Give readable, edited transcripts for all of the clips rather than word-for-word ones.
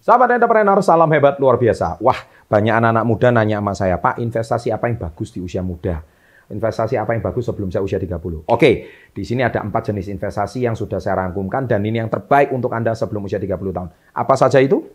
Sahabat entrepreneur, salam hebat luar biasa. Wah, banyak anak-anak muda nanya sama saya, Pak, investasi apa yang bagus di usia muda? Investasi apa yang bagus sebelum saya usia 30? Oke, di sini ada 4 jenis investasi yang sudah saya rangkumkan dan ini yang terbaik untuk Anda sebelum usia 30 tahun. Apa saja itu?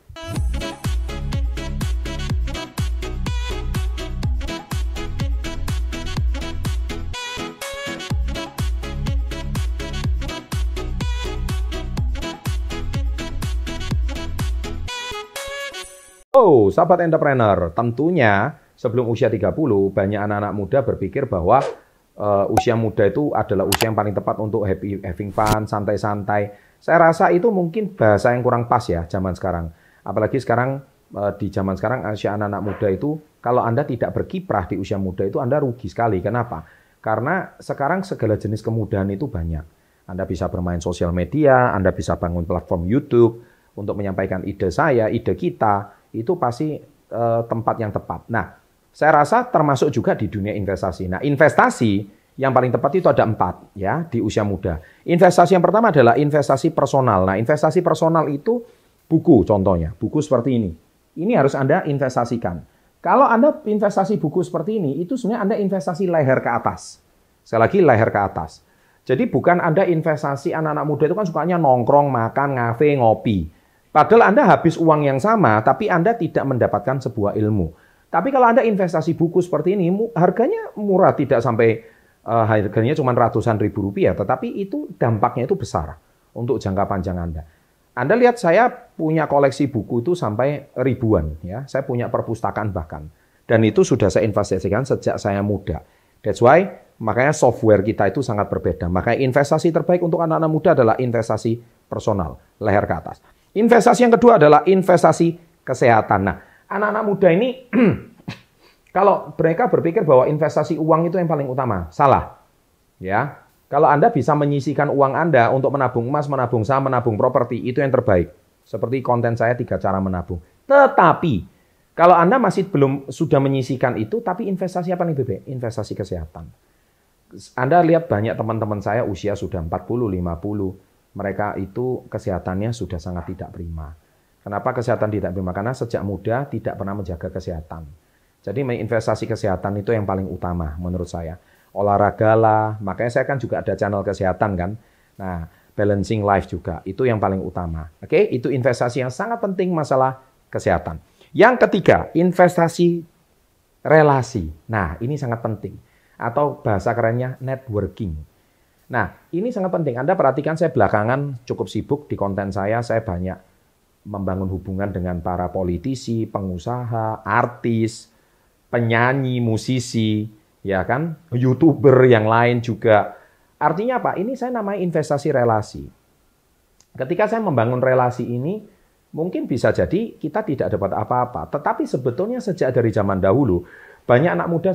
Oh, sahabat entrepreneur, tentunya sebelum usia 30, banyak anak-anak muda berpikir bahwa usia muda itu adalah usia yang paling tepat untuk having fun, santai-santai. Saya rasa itu mungkin bahasa yang kurang pas ya zaman sekarang. Apalagi sekarang, di zaman sekarang, usia anak-anak muda itu, kalau Anda tidak berkiprah di usia muda itu, Anda rugi sekali. Kenapa? Karena sekarang segala jenis kemudahan itu banyak. Anda bisa bermain sosial media, Anda bisa bangun platform YouTube, untuk menyampaikan ide saya, ide kita, itu pasti tempat yang tepat. Nah, saya rasa termasuk juga di dunia investasi. Nah, investasi yang paling tepat itu ada 4 ya di usia muda. Investasi yang pertama adalah investasi personal. Nah, investasi personal itu buku contohnya, buku seperti ini. Ini harus Anda investasikan. Kalau Anda investasi buku seperti ini, itu sebenarnya Anda investasi leher ke atas. Sekali lagi leher ke atas. Jadi bukan Anda investasi anak-anak muda itu kan sukanya nongkrong, makan, ngafe, ngopi. Padahal Anda habis uang yang sama, tapi Anda tidak mendapatkan sebuah ilmu. Tapi kalau Anda investasi buku seperti ini, harganya murah, tidak sampai harganya cuma ratusan ribu rupiah, tetapi itu dampaknya itu besar untuk jangka panjang Anda. Anda lihat saya punya koleksi buku itu sampai ribuan, ya. Saya punya perpustakaan bahkan. Dan itu sudah saya investasikan sejak saya muda. That's why makanya software kita itu sangat berbeda. Makanya investasi terbaik untuk anak-anak muda adalah investasi personal, leher ke atas. Investasi yang kedua adalah investasi kesehatan. Nah, anak-anak muda ini, kalau mereka berpikir bahwa investasi uang itu yang paling utama, salah. Ya, kalau Anda bisa menyisihkan uang Anda untuk menabung emas, menabung saham, menabung properti, itu yang terbaik. Seperti konten saya 3 cara menabung. Tetapi, kalau Anda masih belum sudah menyisihkan itu, tapi investasi apa nih Bebe? Investasi kesehatan. Anda lihat banyak teman-teman saya usia sudah 40, 50, mereka itu kesehatannya sudah sangat tidak prima. Kenapa kesehatan tidak prima? Karena sejak muda tidak pernah menjaga kesehatan. Jadi investasi kesehatan itu yang paling utama menurut saya. Olahragalah, makanya saya kan juga ada channel kesehatan kan. Nah, balancing life juga, itu yang paling utama. Oke, itu investasi yang sangat penting masalah kesehatan. Yang ketiga, investasi relasi. Nah, ini sangat penting. Atau bahasa kerennya networking. Nah, ini sangat penting. Anda perhatikan saya belakangan cukup sibuk di konten saya banyak membangun hubungan dengan para politisi, pengusaha, artis, penyanyi, musisi, ya kan, YouTuber yang lain juga. Artinya apa? Ini saya namanya investasi relasi. Ketika saya membangun relasi ini, mungkin bisa jadi kita tidak dapat apa-apa. Tetapi sebetulnya sejak dari zaman dahulu, banyak anak muda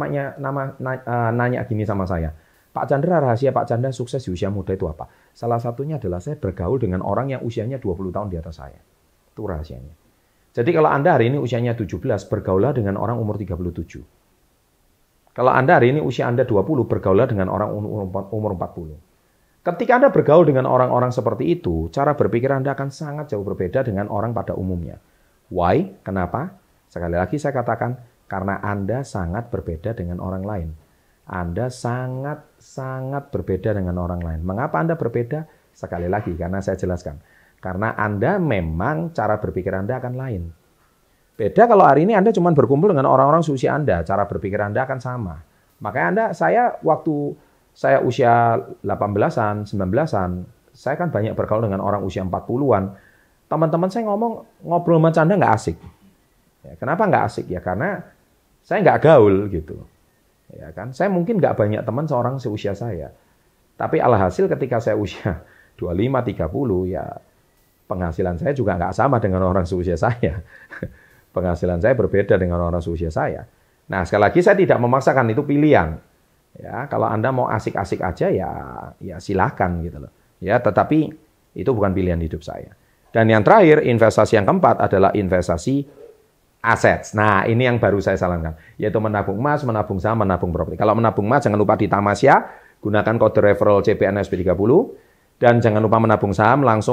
nanya gini sama saya. Pak Chandra, rahasia Pak Chandra sukses di usia muda itu apa? Salah satunya adalah saya bergaul dengan orang yang usianya 20 tahun di atas saya. Itu rahasianya. Jadi kalau Anda hari ini usianya 17, bergaulah dengan orang umur 37. Kalau Anda hari ini usia Anda 20, bergaulah dengan orang umur 40. Ketika Anda bergaul dengan orang-orang seperti itu, cara berpikir Anda akan sangat jauh berbeda dengan orang pada umumnya. Why? Kenapa? Sekali lagi saya katakan, karena Anda sangat berbeda dengan orang lain. Anda sangat berbeda dengan orang lain. Mengapa Anda berbeda? Sekali lagi, karena saya jelaskan. Karena Anda memang cara berpikir Anda akan lain. Beda kalau hari ini Anda cuma berkumpul dengan orang-orang seusia Anda, cara berpikir Anda akan sama. Makanya waktu saya usia 18-an, 19-an, saya kan banyak bergaul dengan orang usia 40-an. Teman-teman saya ngobrol sama Anda nggak asik. Ya, kenapa nggak asik? Ya karena saya nggak gaul gitu. Ya kan, saya mungkin nggak banyak teman seorang seusia saya. Tapi alhasil ketika saya usia 25, 30, ya penghasilan saya juga nggak sama dengan orang seusia saya. Penghasilan saya berbeda dengan orang seusia saya. Nah, sekali lagi saya tidak memaksakan, itu pilihan. Ya, kalau Anda mau asik-asik aja ya silakan gitu loh. Ya, tetapi itu bukan pilihan hidup saya. Dan yang terakhir, investasi yang keempat adalah investasi aset. Nah, ini yang baru saya sarankan, yaitu menabung emas, menabung saham, menabung properti. Kalau menabung emas, jangan lupa di Tamasya, gunakan kode referral CPNSP30, dan jangan lupa menabung saham, langsung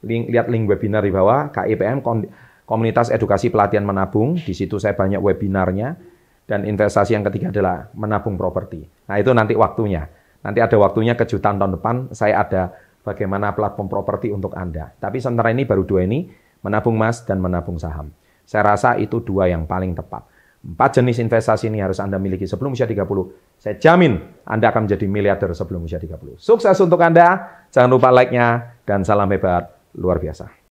lihat link webinar di bawah, KIPM, Komunitas Edukasi Pelatihan Menabung. Di situ saya banyak webinarnya. Dan investasi yang ketiga adalah menabung properti. Nah, itu nanti waktunya. Nanti ada waktunya, kejutan tahun depan, saya ada bagaimana platform properti untuk Anda. Tapi sementara ini baru 2 ini, menabung emas dan menabung saham. Saya rasa itu 2 yang paling tepat. 4 jenis investasi ini harus Anda miliki sebelum usia 30. Saya jamin Anda akan menjadi miliarder sebelum usia 30. Sukses untuk Anda, jangan lupa like-nya, dan salam hebat luar biasa.